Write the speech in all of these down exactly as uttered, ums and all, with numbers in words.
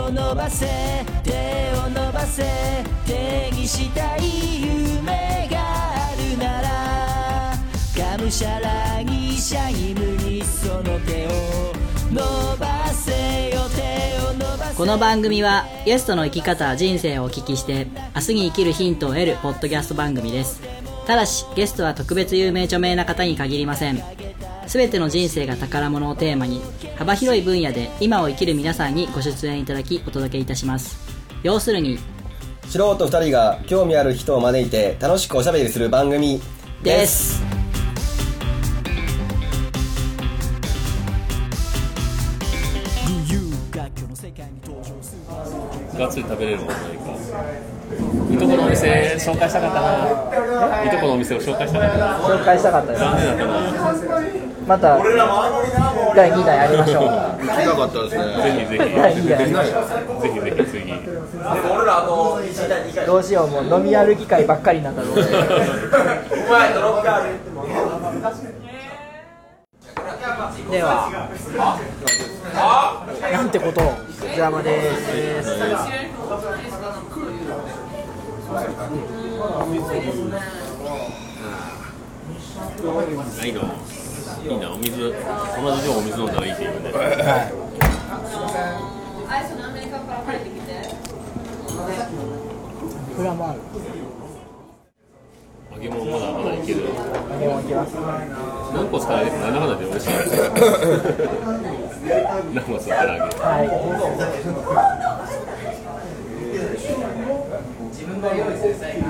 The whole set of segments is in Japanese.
を伸ばせ手を伸ばせ手にしたい夢があるならがむしゃらにシャイムにその手を伸ばせよ手を伸ばせ。この番組はゲストの生き方人生をお聞きして明日に生きるヒントを得るポッドキャスト番組です。ただしゲストは特別有名著名な方に限りません。すべての人生が宝物をテーマに幅広い分野で今を生きる皆さんにご出演いただきお届けいたします。要するに素人ふたりが興味ある人を招いて楽しくおしゃべりする番組です。 がっつり食べれるものないか。いとこのお店紹介したかったな。いとこのお店を紹介したかったな。 紹介したかったです。 残念だったな。 まただいにだいありましょう。 行きたかったですね。 ぜひぜひだいにだいありましょう。 ぜひぜひ次。 どうしよう、もう飲み歩き会ばっかりになったのでではなんてことをドラマです。 いいのいいな、お水、同じ量お水飲んだらいいっていうね。はい。 フラもある。 揚げ物まだまだいける。 揚げ物いけます。 何個使われてなな花で美味しい。何個使われて。 はい。 自分が用意する際に。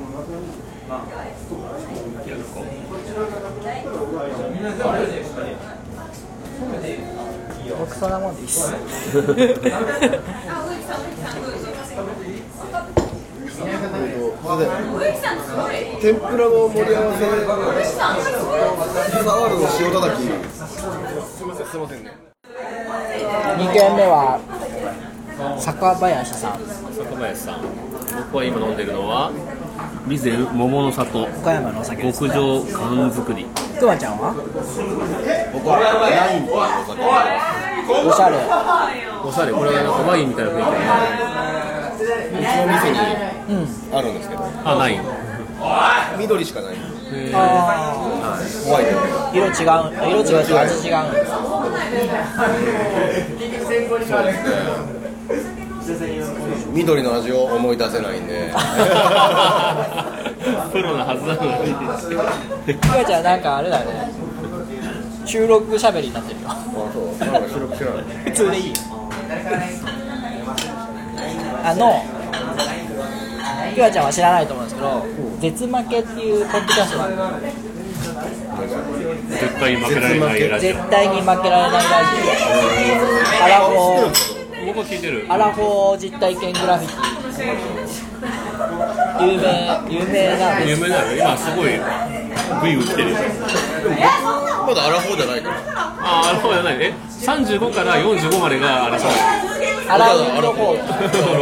僕そんなもんでいいっす。 天ぷらも盛り合わせサワールの塩たたき。すみませんすみませんね。 にけんめは坂林さん。 坂林さん。僕は今飲んでるのは備前桃の里岡山のお酒です極上缶作り。 くまちゃんは僕はナインっていうお酒。 おしゃれ。 おしゃれ。これはなんかワインみたいな雰囲気で、 うちの店にあるんですけど、 あ、ない。 緑しかない。 あホワイト。 色違う、色違うと味違うんです。 緑の味を思い出せないんでプロのはずなのに。 くまちゃんなんかあれだね、収録喋りになってるよ。 あ、そう。なんか収録してない。 普通でいいよ。あのくまちゃんは知らないと思うんですけど、絶負けっていうポッドキャストがある。 絶対に負けられないラジオ。 絶対に負けられないラジオ。アラフォー僕は聞いてる。 アラフォー実体験グラフィティ。有名有名な有名なの。今すごい V 打ってる。 まだアラフォーじゃないから。 あ、アラフォーじゃない。え、さんじゅうごからよんじゅうごまでがあれそう。 アラウンドフォー。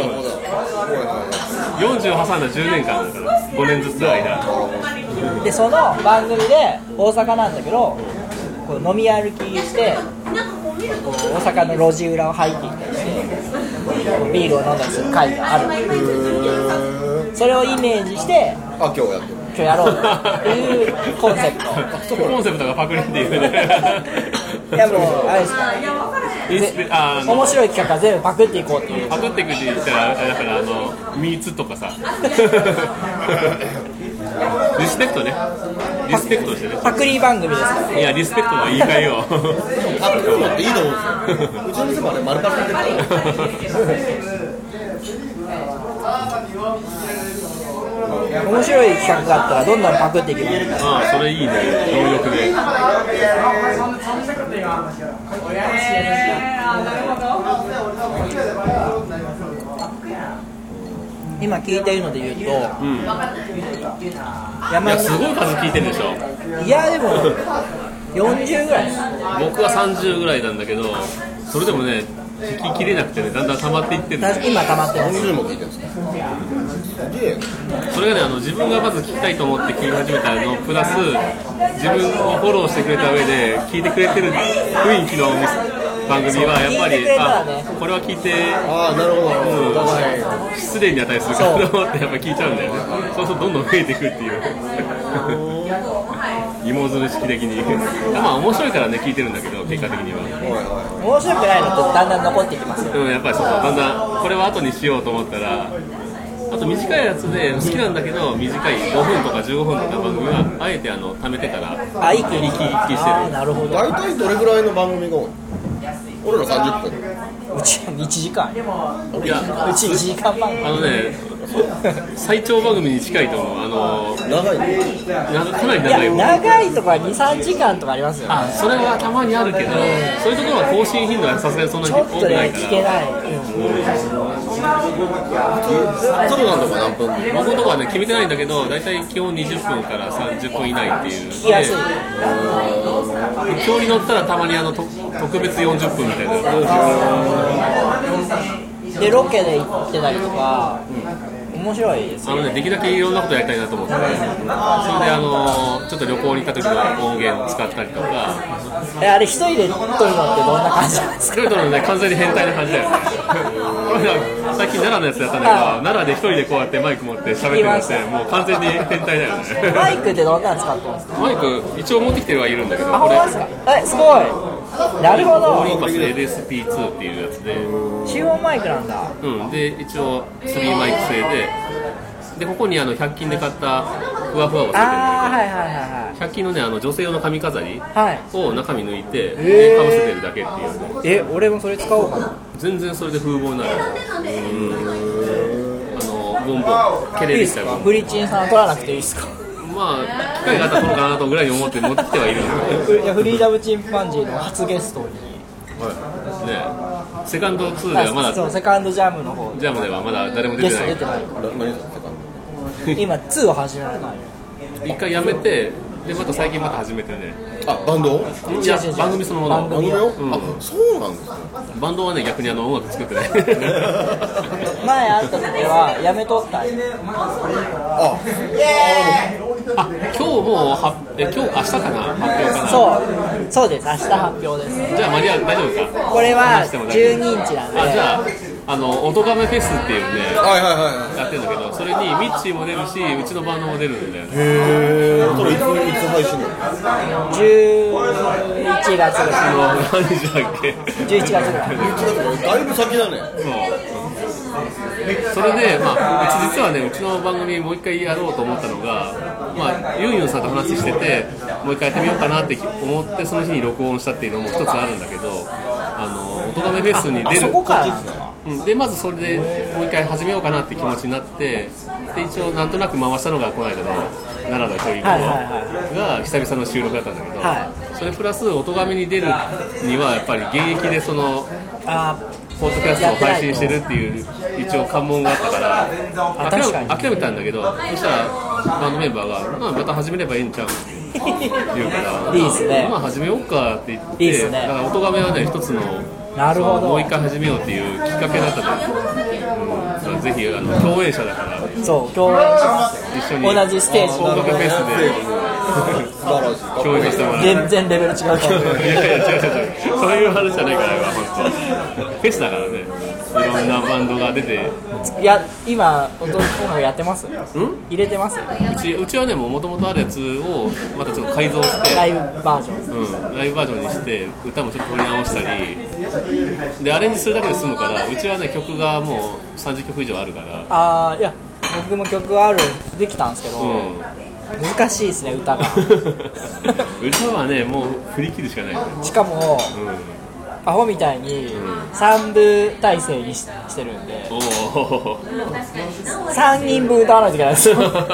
よんじゅう挟んだじゅうねんかんだからごねんずつの間で、その番組で大阪なんだけど、こう飲み歩きしてこう大阪の路地裏を入っていったりしてビールを飲んだりする会がある。それをイメージしてあ、今日やってる。 今日やろうっていうコンセプト。 コンセプトがパクリっていうね。 いやもうあれですか、 インスピあの面白い企画は全部パクっていこうっていう。 パクっていくって言ったらだからあのミーツとかさリスペクトね。リスペクトしてね。 パクリ番組ですから。 いやリスペクトの言い換えよう。 あ、今日だっていいと思うんですよ。うちの店もあれ丸パクってるから面白い企画があったらどんどんパクっていけばいい。 ああ、それいいね。貪欲で。 今聞いているので言うと、 うん、 山いやすごい数聞いてるでしょ。 いやでもよんじゅうぐらいです。 僕はさんじゅうぐらいなんだけど、それでもね聞ききれなくてね、だんだん溜まっていってるんですよ。 今溜まってます。 よんじゅうも聞いてるんですか。すげえ。 それがね、あの自分がまず聞きたいと思って聞き始めたのプラス自分をフォローしてくれた上で聞いてくれてる雰囲気のお店番組はやっぱり、 聞いてくれたらね、 あこれは聞いて、 ああなるほど、 うん、 お互い失礼に値するからと思ってやっぱ聞いちゃうんだよね。そうするとどんどん増えていくっていう芋づる式的にまあ面白いからね聞いてるんだけど、結果的には面白くないのってだんだん残ってきますよ、 うん、やっぱりそうそう、だんだんこれは後にしようと思ったら、あと短いやつで好きなんだけど、短いごふんとかじゅうごふんとかの番組はあえてあの貯めてからあ、一気に一気一気してあーる。 なるほど。 大体どれぐらいの番組が多い？俺らさんじゅっぷん。 うちいちじかん、 いやうちいちじかん番組。 あのね最長番組に近いと思う。あの長いね。 なかなりい長いよ。 や長いとこはにさんじかんとかありますよね。 あ、それはたまにあるけど、そういうところは更新頻度がさすがにそんなに多ちょっとねくないから。 聞けない、 トルなんとか何分？ 僕のとこはね決めてないんだけど、大体基本にじゅっぷんからさんじゅっぷん以内っていう。 聞きやすい。 で今日に乗ったらたまにあのと特別よんじゅっぷんみたいな。 でロケで行ってたりとか、面白いですよあのね、できるだけいろんなことやりたいなと思って、それであのちょっと旅行に行った時の音源を使ったりとか。 え、あれ一人で撮るのってどんな感じなんですか？ それともね、完全に変態な感じだよね。俺ら最近奈良のやつやったんだけど、奈良で一人でこうやってマイク持って喋ってまして、もう完全に変態だよね。 マイクってどんなの使ってますか？ マイク一応持ってきてはいるんだけど、 あ、 これほんまですか？え、すごい。なるほオーど。 リンパス エルエスピーツー っていうやつで、 集音マイクなんだ。 うん、で一応スリーマイク製で、でここにあのひゃく均で買ったふわふわをつけてるんだけど、 あー、はいはいはいはい。 ひゃく均のね、あの女性用の髪飾りはい。 を中身抜いて、 ーでかぶせてるだけっていうね。 え、俺もそれ使おうかな。 全然それで風貌になる。あのボンボンケレいいですか？ できたボンボン。 ブリチンさん撮らなくていいですか？ まあ機会があったら撮ろうかなとぐらいに思って持ってきてはいるんだけど、 いや、フリーダムチンパンジーの初ゲストに、 ね、セカンドツーではまだ、 そうセカンドジャムの方ジャムではまだ誰も出ゲてないスト出てない。 何ですか？ 今ツーを始められない。 一回やめて、でまた最近また始めてね。 あ、バンド？ いや番組そのもの。 番組バンドよ？ うんあ、そうなんですね。 バンドはね逆にあの音楽作ってない。 前会った時はやめとったんよ。 あ、 あ、今日もうはえ今日明日かな発表かな。 そうそうです、明日発表です。 じゃあマリア大丈夫か。 これは話しても大丈夫じゅうににちなんで。 あ、じゃああの音亀フェスっていうねはいはいはい。 やってるんだけど、それにミッチーも出るし、うちのバンドも出るんだよね。 へー。それいついつ配信なの？ じゅういちがつぐらい。 あの何日だっけ。 じゅういちがつぐらい。 だいぶ先だね。 そうそれで、まあ、うち実はね、うちの番組もう一回やろうと思ったのが、まあ、ユンユンさんと話してて、もう一回やってみようかなって思って、その日に録音したっていうのも一つあるんだけど、あの音亀フェスにあ、 出るそこからなんだ。 うん、でまずそれでもう一回始めようかなって気持ちになって、で一応なんとなく回したのがこの間の奈良のちょいはいはいが久々の収録だったんだけど、 はそれプラス音亀に出るにはやっぱり現役でそのあポッドキャストを配信してるっていう一応関門があったからあ諦確かにめ諦めたんだけど、そしたらバンドメンバーが、まあ、また始めればいいんちゃうって言うからいいっすねまあ始めようかって言って、 いいっすねだから音亀はね一つのなるほどもう一回始めようっていうきっかけだったと思う、うん、ぜひあの共演者だからそう共演します一緒に同じステージ音楽フェスで素晴らしい。 共演させてもらう。 全然レベル違うと思う。 いやいや違う違う違う、そういう話じゃないから今本当フェスだからね、いろんなバンドが出て、 いや今音楽やってます？ ん入れてます？ うちうちはねもともとあるやつをまたちょっと改造してライブバージョン。 うん、ライブバージョンにして歌もちょっと取り直したりでアレンジするだけで済むから、うちはね曲がもうさんじゅっきょく以上あるからああ、いや僕も曲あるできたんですけど、 うん難しいですね歌が。 歌はねもう振り切るしかないよね、 しかもうん、 アホみたいにうんさんぶ体制にししてるんでおおさんにんぶん歌わないといけないんですよ。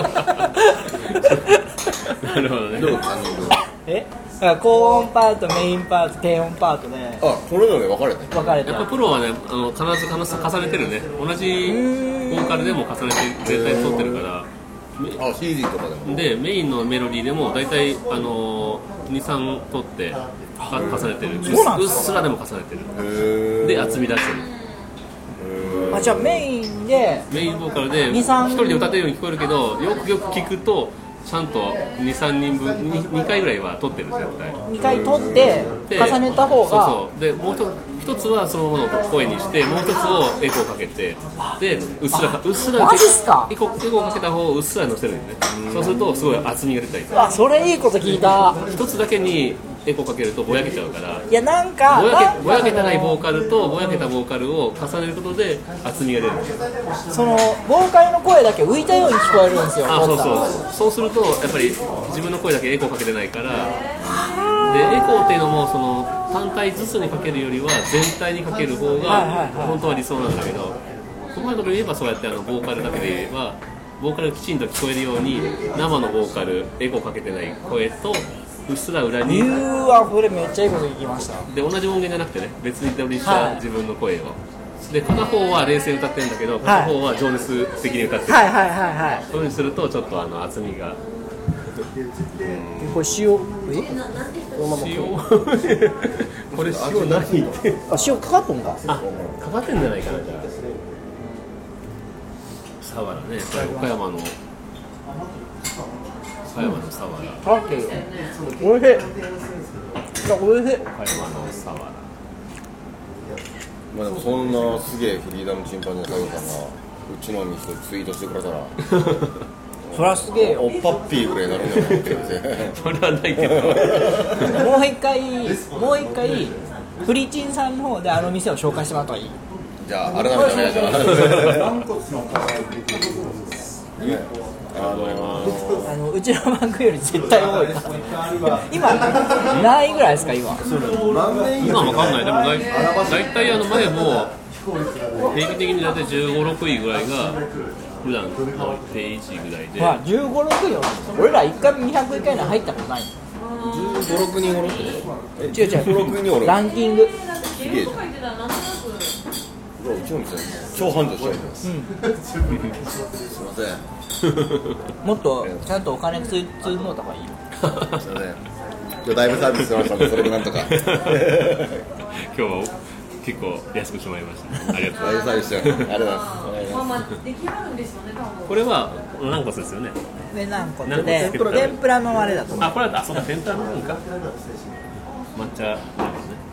なるほどね。 どうか人分。 えだから高音パート、メインパート、低音パートであ、それぞれ分かれてる。 分かれてやっぱプロはね、あの必ず必ず重ねてるね。同じボーカルでも重ねて絶対取ってるから。 あ、シーディー とかでも。 でメインのメロディーでも大体あのに、さん取ってか重ねてる。 そうなんうっですかすらでも重ねてる。 へー。 で厚み出してる。 あ、じゃあメインでメインボーカルでにさん一人で歌ってるように聞こえるけど、よくよく聞くとちゃんと にさんにんぶん に, にかいぐらいは取ってる絶対にかい取って重ねた方が、 そうそうでもう一つはそのものを声にしてもう一つをエコーかけてでうっすらうっすらマジっすかエコーエコーかけた方をうっすら乗せるんでねそうするとすごい厚みが出たりあそれいいこと聞いた。 一つだけにエコーかけるとぼやけちゃうからいやなんかぼやなんかけぼやけてないボーカルとぼやけたボーカルを重ねることで厚みが出るそのボーカルの声だけ浮いたように聞こえるんですよ。 あそう撮ったらそうそうするとやっぱり自分の声だけエコーかけてないからでエコーっていうのもその単体ずつにかけるよりは全体にかける方はいはいがはい本当は理想なんだけど細かいこと言えばそうやってあのボーカルだけで言えばボーカルがきちんと聞こえるように生のボーカルエコーかけてない声とうっすら裏にうーわこれめっちゃいいこと聞きました。 で同じ音源じゃなくてね別に取りした自分の声を、で片方は冷静に歌ってるんだけど片方は情熱的に歌ってる、 はいはいはいはいそういうふうにするとちょっとあの厚みがこれ塩え塩これ塩何ってあ塩かかっとんかあかかってんじゃないかなじゃあサワラねこれ岡山の岡山のサワラかけるおいしい。あおいしい。 岡山のサワラまあでもそんなすげえフリーダムチンパンジーの作業さんがうちの店ツイートしてくれたらそりゃすげえよ。 おっぱっぴーぐらいになるんじゃないってそれはないけどもう一回もう一回フリチンさんの方であの店を紹介してもらった方がいい。 じゃあ改めてお願いしますあのーあのうちのバンクより絶対多いから今何位ぐらいですか今。 今わかんないでもだい大体あの前も平均的に大体じゅうご、ろくいぐらいが普段の定位置ぐらいで、 まあじゅうご、ろくいよ。俺らいっかいもにひゃくいか以内入ったことない。 じゅうご、ろくにんおろってえ違う違うじゅうご、ろくにんおろランキング。 すげえじゃんうわうちの店超繁盛してるすいませんもっとちゃんとお金ついついのとかいいよ。 すいません今日だいぶサービスしてましたんでそれでなんとか今日は結構安くしてもらいましたありがとうございますだいぶサービスしてありがとうございますまあまあ出来上がるんですよね多分。 これは軟骨ですよねで軟骨軟骨でつけた天ぷらのあれだと思う。 あこれはあそうだ天ぷらの方か抹茶なんですね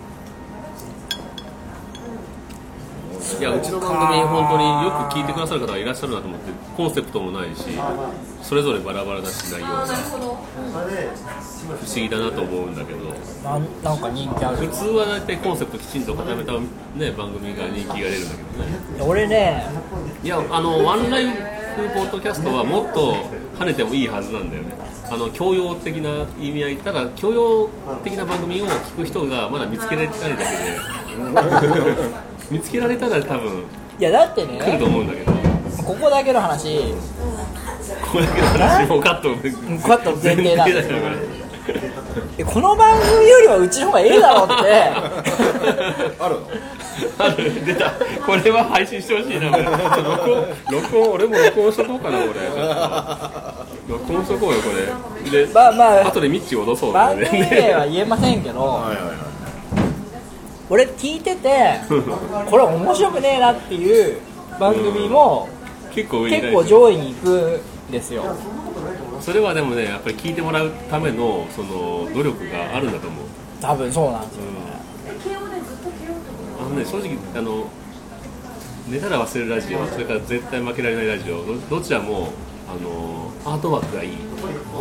いやうちの番組本当によく聞いてくださる方がいらっしゃるなと思ってコンセプトもないしそれぞれバラバラだし内容が不思議だなと思うんだけどなんなんか人気ある。 普通は大体コンセプトきちんと固めた、ね、番組が人気が出るんだけどね俺ねいやあのワンライフポッドキャストはもっと跳ねてもいいはずなんだよねあの教養的な意味合いただ教養的な番組を聞く人がまだ見つけられてないだけで見つけられたら多分いやだってね来ると思うんだけどここだけの話これだけの話もカットカット前提なんだ前提だよこれえこの番組よりはうちの方がええだろってあるのある出たこれは配信してほしいなこれ録音録音俺も録音しとこうかなこれ録音しとこうよこれで、 まあまあ後でミッチを脅そう番組名は言えませんけどはいはいはい俺聞いててこれ面白くねえなっていう番組も結構上に結構上位に行くんですよ。 それはでもねやっぱり聞いてもらうためのその努力があるんだと思う多分そうなんですよね。 あのね正直あの寝たら忘れるラジオそれから絶対負けられないラジオ ど, どちらもあのアートワークがいいあ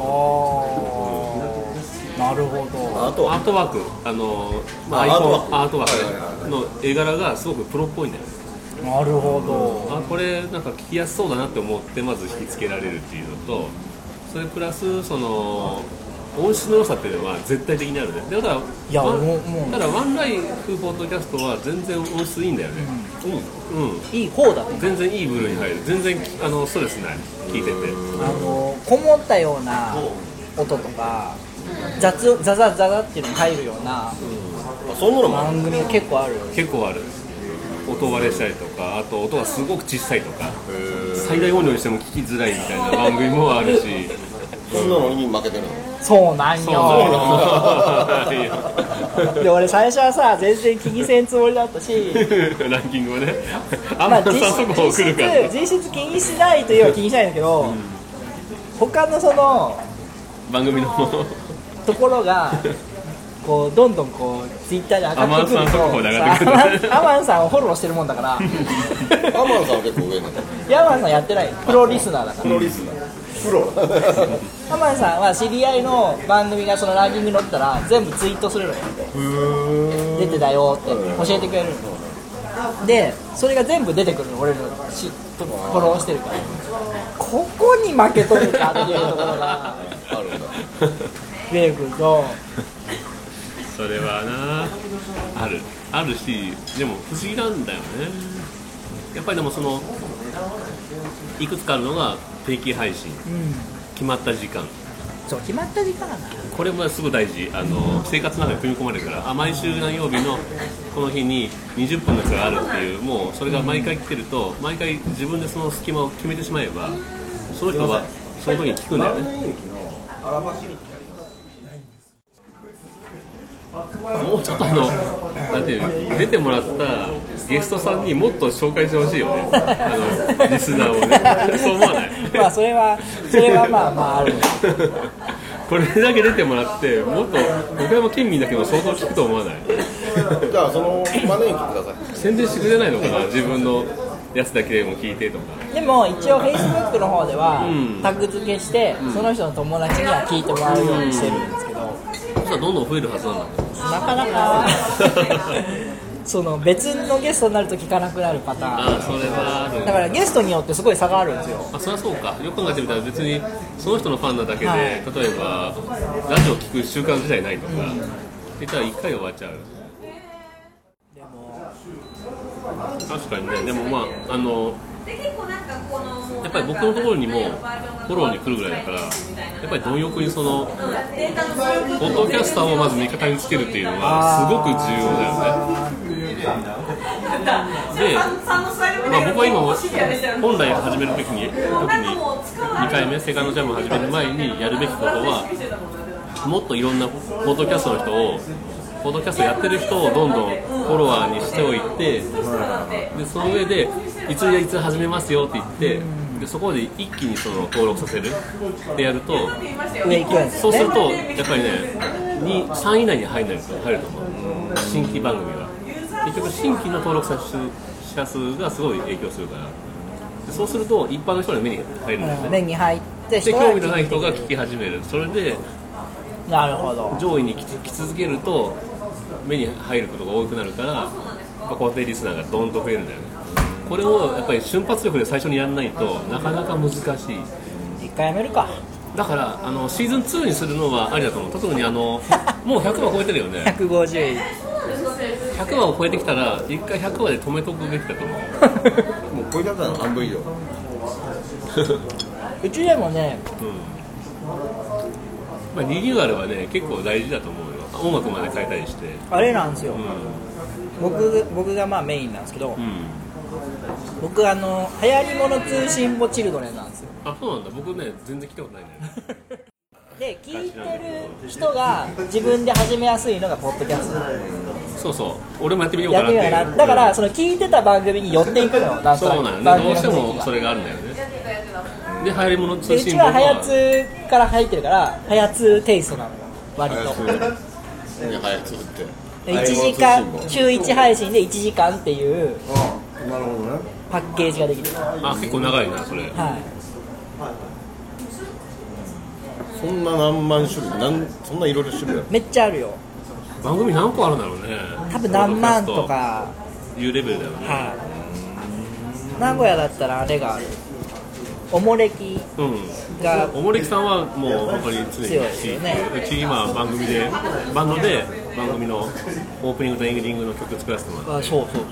あなるほど。 あとはアートワークあの、まあ、 あアイコンアートワークアートワークはいはいはいの絵柄がすごくプロっぽいんだよねなるほど。 あこれなんか聞きやすそうだなって思ってまず引きつけられるっていうのとそれプラスその音質の良さっていうのは絶対的にあるねでだからいやワンもうもうただワンライフポッドキャストは全然音質いいんだよねうん、うん、 いい方だと。 全然いい部類に入る全然あのストレスない聞いててあのこもったような音とか雑ザザザザっていうのに入るようなあそんなのもある番組が結構ある。 結構ある音割れしたりとかあと音がすごく小さいとかへー最大音量にしても聞きづらいみたいな番組もあるしそんなのに負けてるのそうなんそうよ。 なんだよで俺最初はさ全然気にせんつもりだったしランキングはねあんまあ実ま早速来るから質実質気にしないといえば気にしないんだけど、 他のその番組のところがこうどんどんこうツイッターで上がってくるとアマンさん速報で上がってくるアマンアマンさんをフォローしてるもんだからアマンさんは結構上なんだ。 ヤマンさんやってないプロリスナーだからプロリスナー。プロ。 アマンさんは知り合いの番組がそのランキングに載ったら全部ツイートするのよ。出てたよって教えてくれるので、それが全部出てくるの、俺のしフォローしてるから。ここに負けとるかっていうところがあるんだ。 出てくるとそれはなあるあるし、でも不思議なんだよね。やっぱりでもそのいくつかあるのが定期配信、 うん、 決まった時間、 そう決まった時間なんだ。 これもすごい大事。あの生活の中に組み込まれるから、あ毎週何曜日のこの日ににじゅっぷんのやつがあるっていう、もうそれが毎回来てると、毎回自分でその隙間を決めてしまえば、その人はその時に聞くんだよね。もうちょっとあのなんていう出てもらったゲストさんにもっと紹介してほしいよね、あのリスナーをね。そう思わない？ まあそれはそれはまあまあある。 これだけ出てもらって、もっと岡山県民だけど相当聞くと思わない？ じゃあその招いてください。 宣伝してくれないのかな、自分のやつだけでも聞いてとか。 でも一応 Facebook の方ではうんタグ付けして、その人の友達には聞いてもらうようにしてるんですけど、 そしたらどんどん増えるはずなんだ。 なかなかその別のゲストになると聞かなくなるパターン。 ああ、それはある。 だからゲストによってすごい差があるんですよ。 あ、そりゃそうか。よく考えてみたら別にその人のファンなだけで、 はい、 例えばラジオ聞く習慣自体ないとか、うん、言ったらいっかいで終わっちゃう。 でも確かにね。でもまああのやっぱり僕のところにもフォローに来るぐらいだから、やっぱり貪欲にそのポッドキャスターをまず味方につけるっていうのはすごく重要だよね。で、まあ、僕は今も本来始める時に時ににかいめセカンドジャムを始める前にやるべきことは、もっといろんなポッドキャストの人をポッドキャストやってる人をどんどんフォロワーにしておいて、でその上でいつやいつ始めますよって言って、でそこで一気にその登録させるってやると、 上行くんですね。 そうするとやっぱりねにさんい以内に入ると入ると思う。新規番組は結局新規の登録者数がすごい影響するから、でそうすると一般の人の目に入るんだよね。 目に入ってで興味のない人が聞き始める。それでなるほど。 上位に来続けると目に入ることが多くなるから、固定リスナーがどんと増えるんだよね。これをやっぱり瞬発力で最初にやらないとなかなか難しい。 一回やめるか。 だからあのシーズンツーにするのはありだと思う。特にあのもうひゃくわ超えてるよね。 ひゃくごじゅういひゃくわを超えてきたら一回ひゃくわで止めとくべきだと思う。 もう超えちゃったの半分以上。 うちでもね、 うん、まあ、リニューアルはね結構大事だと思うよ。音楽まで変えたりして、 あれなんですよ、 うん、 僕, 僕がまあメインなんですけど、 うん、 僕あの流行り物通信簿チルドレンなんですよ。 あ、そうなんだ。僕ね全然聞いたことないね。 で聞いてる人が自分で始めやすいのがポッドキャスト。 そうそう、俺もやってみようかやってなっていう。 みようかな。だからその聞いてた番組に寄っていくのよ。なんとなくそうなんだね。どうしてもそれがあるんだよね。で流行り物で通信うちはハヤツから入ってるからハヤツテイストなのよ割と。 早くっていちじかん週いち配信でいちじかんっていうなるほどね。 パッケージができる。 あ、結構長いなそれ。 はい。 そんな何万種類、なんそんないろいろ種類ある。 めっちゃあるよ。 番組何個あるんだろうね。 多分何万とか。 いうレベルだよね。 はい。名古屋だったらあれがある。おもれきうん。 がおもれきさんはもう本当に常に強いですよね。 うち今番組でバンドで番組のオープニングとエンディングの曲作らせてもらって。 あ、そうそうそう。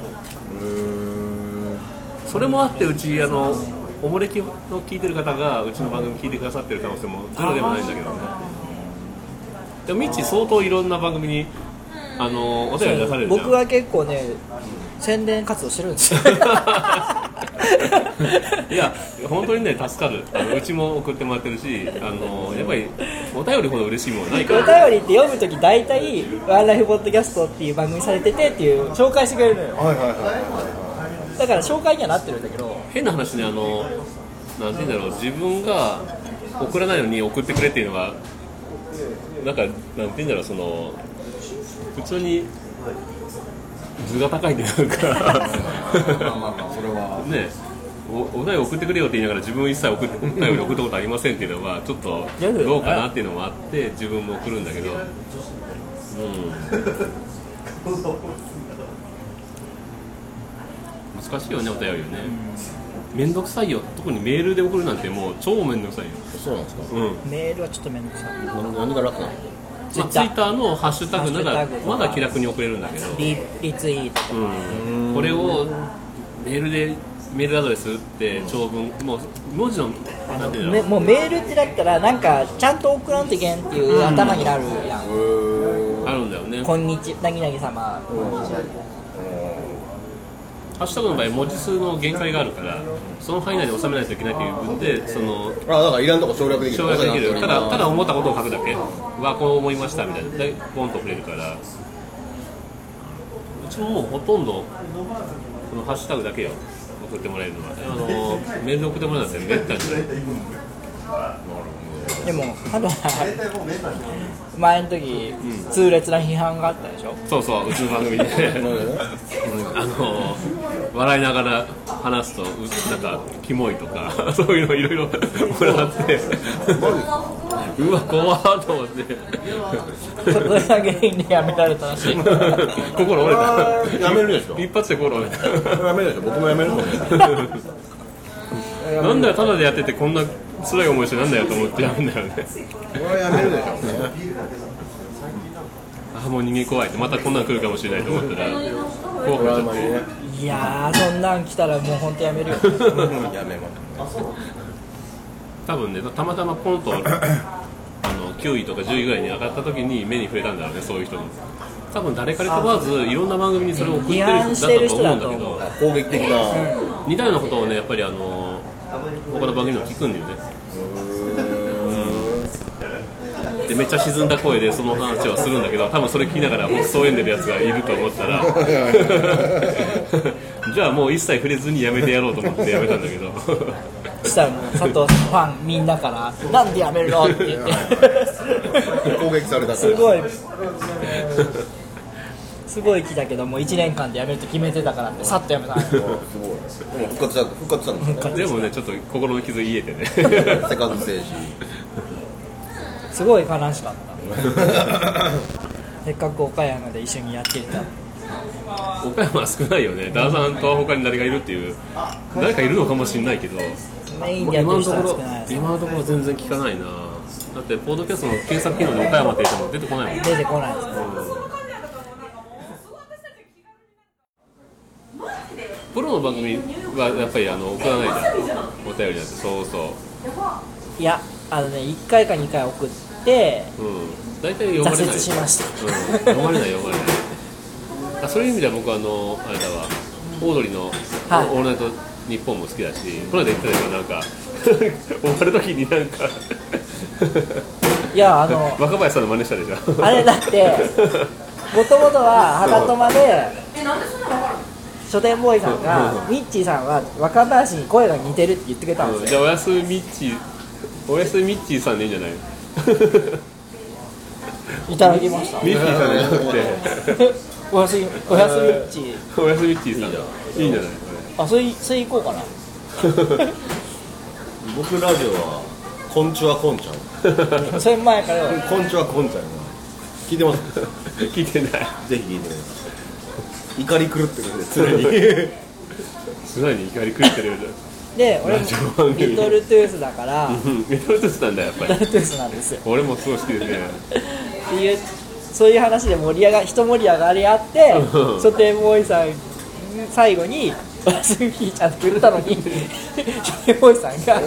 それもあってうちあのおもれきの聞いてる方がうちの番組聞いてくださってる可能性もゼロでもないんだけどね。でもミッチ相当いろんな番組にあのお便り出されるじゃん。 僕は結構ね宣伝活動してるんですよ。 いや本当にね助かる。あのうちも送ってもらってるし、あのやっぱりお便りほど嬉しいものはないかおら。 便りって読むとき大体ワンライフポッドキャストっていう番組されててっていう紹介してくれるのよ。 はいはいはいはだから紹介にはなってるんだけど、 変な話ね、あのなんて言うんだろう、自分が送らないのに送ってくれっていうのはなんかなんて言うんだろう、その普通に図が高いというかまあまあまあそれはね、おお題送ってくれよって言いながら自分一切送ってお便り送ったことありませんっていうのはちょっとどうかなっていうのもあって自分も送るんだけど、うん、難しいよねお便りよね。面倒くさいよ、特にメールで送るなんてもう超面倒くさいよ。 そうなんですか。 うん、 メールはちょっとめんどくさい。 な何が楽なの？ まあ、ツイッターのハッシュタグならハッシュタグまだ気楽に送れるんだけど、 リリツイートとか、 うん、これをメールでメールアドレスって長文もう文字のなんていうの、 めもうメールってだったらなんかちゃんと送らんといけんっていう頭になるやん、 あるんだよね。 こんにちなぎなぎ様、 ハッシュタグの場合文字数の限界があるからその範囲内で収めないといけないという分でそのあ、だからいらんとこ省略できる。 省略できる。ただただ思ったことを書くだけはこう思いましたみたいなでポンと送れるから、うちももうほとんどこのハッシュタグだけよ送ってもらえるのは。あのメールで送ってもらうなんてめったにない。 でもあとは前の時、うん、痛烈な批判があったでしょ。 そうそう、うちの番組であの笑いながら話すとなんかキモいとかそういうのいろいろもらってうわ怖ーと思ってそれが原因でやめられたらしい心折れた。 やめるでしょ。 一発で心折れた。 やめるでしょ。僕もやめると思う。 なんだよ、ただでやっててこんな辛い思いしてなんだよと思ってやるんだよね。 これはやめるでしょ。 あ、もう人間怖いってまたこんなん来るかもしれないと思ったら怖くなっちゃって。 いやーそんなん来たらもう本当やめるよやめます。 多分ね、たまたまポンとあのきゅういとかじゅういぐらいに上がった時に目に触れたんだろうね、そういう人に。多分誰から問わずいろんな番組にそれを送ってる人だったと思うんだけど、 攻撃的な、 似たようなことをねやっぱりあの他の番組でも聞くんだよね。でめっちゃ沈んだ声でその話はするんだけど、多分それ聞きながらもうそう読んでるやつがいると思ったらじゃあもう一切触れずにやめてやろうと思ってやめたんだけどそしたらもう佐藤ファンみんなからなんでやめるのって言って攻撃されたからすごいすごい来たけどもういちねんかんでやめると決めてたからってさっとやめたんすごい。でも復活した復活したんですね。 でもねちょっと心の傷癒えてねセカンドステージすごい悲しかったせっかく岡山で一緒にやってた。 岡山は少ないよね。ダーさんとは他に誰がいるっていう誰かいるのかもしれないけど、 メインでやってる人は今のところ少ないです。 今のところ全然聞かないな。だってポッドキャストの検索機能で岡山って言っても出てこないもん。 出てこないですね。 プロの番組はやっぱりあの送らないじゃん、お便りなんて。そうそう、 いやあのねいっかいかにかい送ってうん、大体読まれない。 挫折しました、 うん、読まれない読まれないあ、そういう意味では僕はあのあれだわ、オードリーの、 はいオールナイトニッポンも好きだし、この間言ってたけどなんか終わる時になんかいやあの若林さんの真似したでしょあれだってもともとははがとまで書店ボーイさんがミッチーさんは若林に声が似てるって言ってくれたんですよ。 じゃあおやすみミッチーおやすみミッチーさんでいいんじゃないいただきました。 ミッチーさんじゃなくておやすみおやすみミッチー。 おやすみミッチーさんいいんじゃない。 あ、それそれ行こうかな。 僕ラジオはこんちはこんちゃんそれ前からこんちはこんちゃん聞いてます聞いてない。 ぜひ聞いてください。怒り狂ってるんで常に常に怒り狂ってるよで、俺もラジオ番組リトルトゥースだからリトルトゥースなんだやっぱりリトルトゥースなんですよ俺もすごい好きですねっていうそういう話で盛り上が一盛り上がりあって書店ボーイさん最後におやすみひーちゃんって言ったのに書店ボーイさんが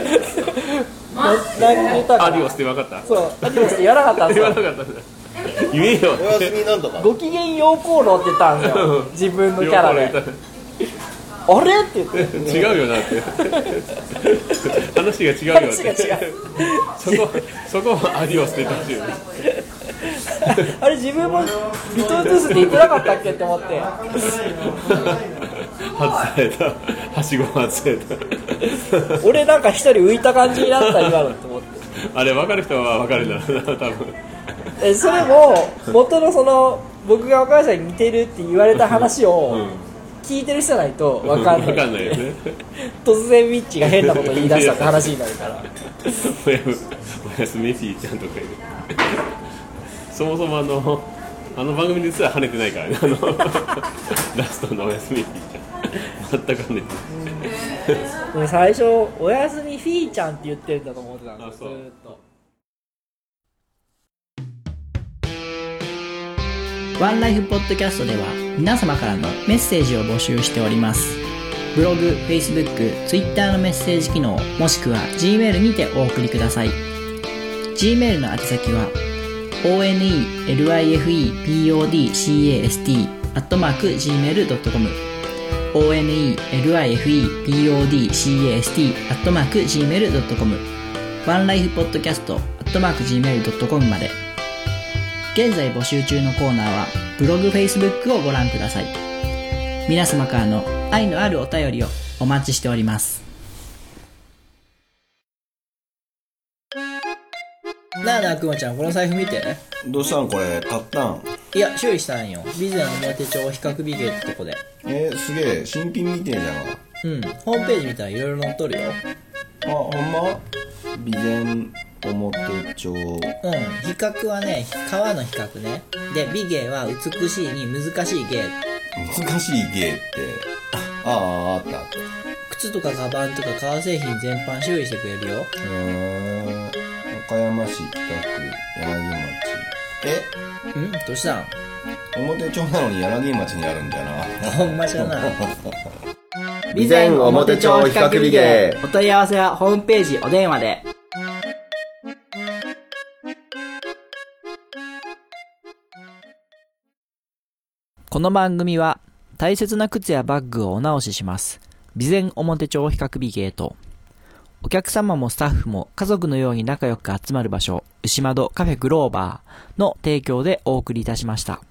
何言ったかアディオスって分かった。 そうアディオスって言わなかったんです言わよ。 なかったんだ言えよおやすみなんとかご機嫌陽光炉って言ったんですよ自分のキャラであれって言って違うよなって話が違うよって話が違うそこそこはアディオスって言ってほしいよねあれ自分もリトルトゥースって言ってなかったっけって思って外されたはしご外された俺なんか一人浮いた感じになった今のと思ってあれ分かる人は分かるんだろうな多分。 えそれも元のその僕がお母さんに似てるって言われた話を聞いてる人じゃないと分かんない、 分かんないよね突然ミッチが変なこと言い出したって話になるからおやおやすみしーちゃんとか言うそもそもあのあの番組ですら跳ねてないからねあのラストのおやすみフィーちゃん全く跳ねてないで最初おやすみフィーちゃんって言ってるんだと思ってたんですずーっと。ワンライフポッドキャストでは皆様からのメッセージを募集しております。ブログ、Facebook、Twitter のメッセージ機能もしくは Gmail にてお送りください。 Gmail の宛先は オーエヌイーエルアイエフイーピーオーディーキャスト アットマーク ジーメールドットコム オーエヌイーエルアイエフイーピーオーディーキャスト アットマーク ジーメールドットコム ワンライフポッドキャスト アットマーク ジーメールドットコム まで。現在募集中のコーナーはブログ、Facebook をご覧ください。皆様からの愛のあるお便りをお待ちしております。なあなあくまちゃん、この財布見て。 どうしたんこれ買ったん？ いや修理したんよ。備前表帳比較美芸ってとこで。 えー、すげえ新品みてえじゃん。 うん、ホームページ見たらいろいろ載っとるよ。 あ、ほんま？備前表帳。うん、 比較はね、川の比較ね。で、美芸は美しいに難しい芸。 難しい芸ってああ、あったあった。 靴とかカバンとか革製品全般修理してくれるよ。 へー、岡山市北区柳町。えんどうしたん？ 表町なのに柳町にあるんだよな。 ほんまじゃな備前表帳比較美芸。 お問い合わせはホームページお電話で。この番組は大切な靴やバッグをお直しします備前表帳比較美芸と、お客様もスタッフも家族のように仲良く集まる場所牛窓カフェグローバーの提供でお送りいたしました。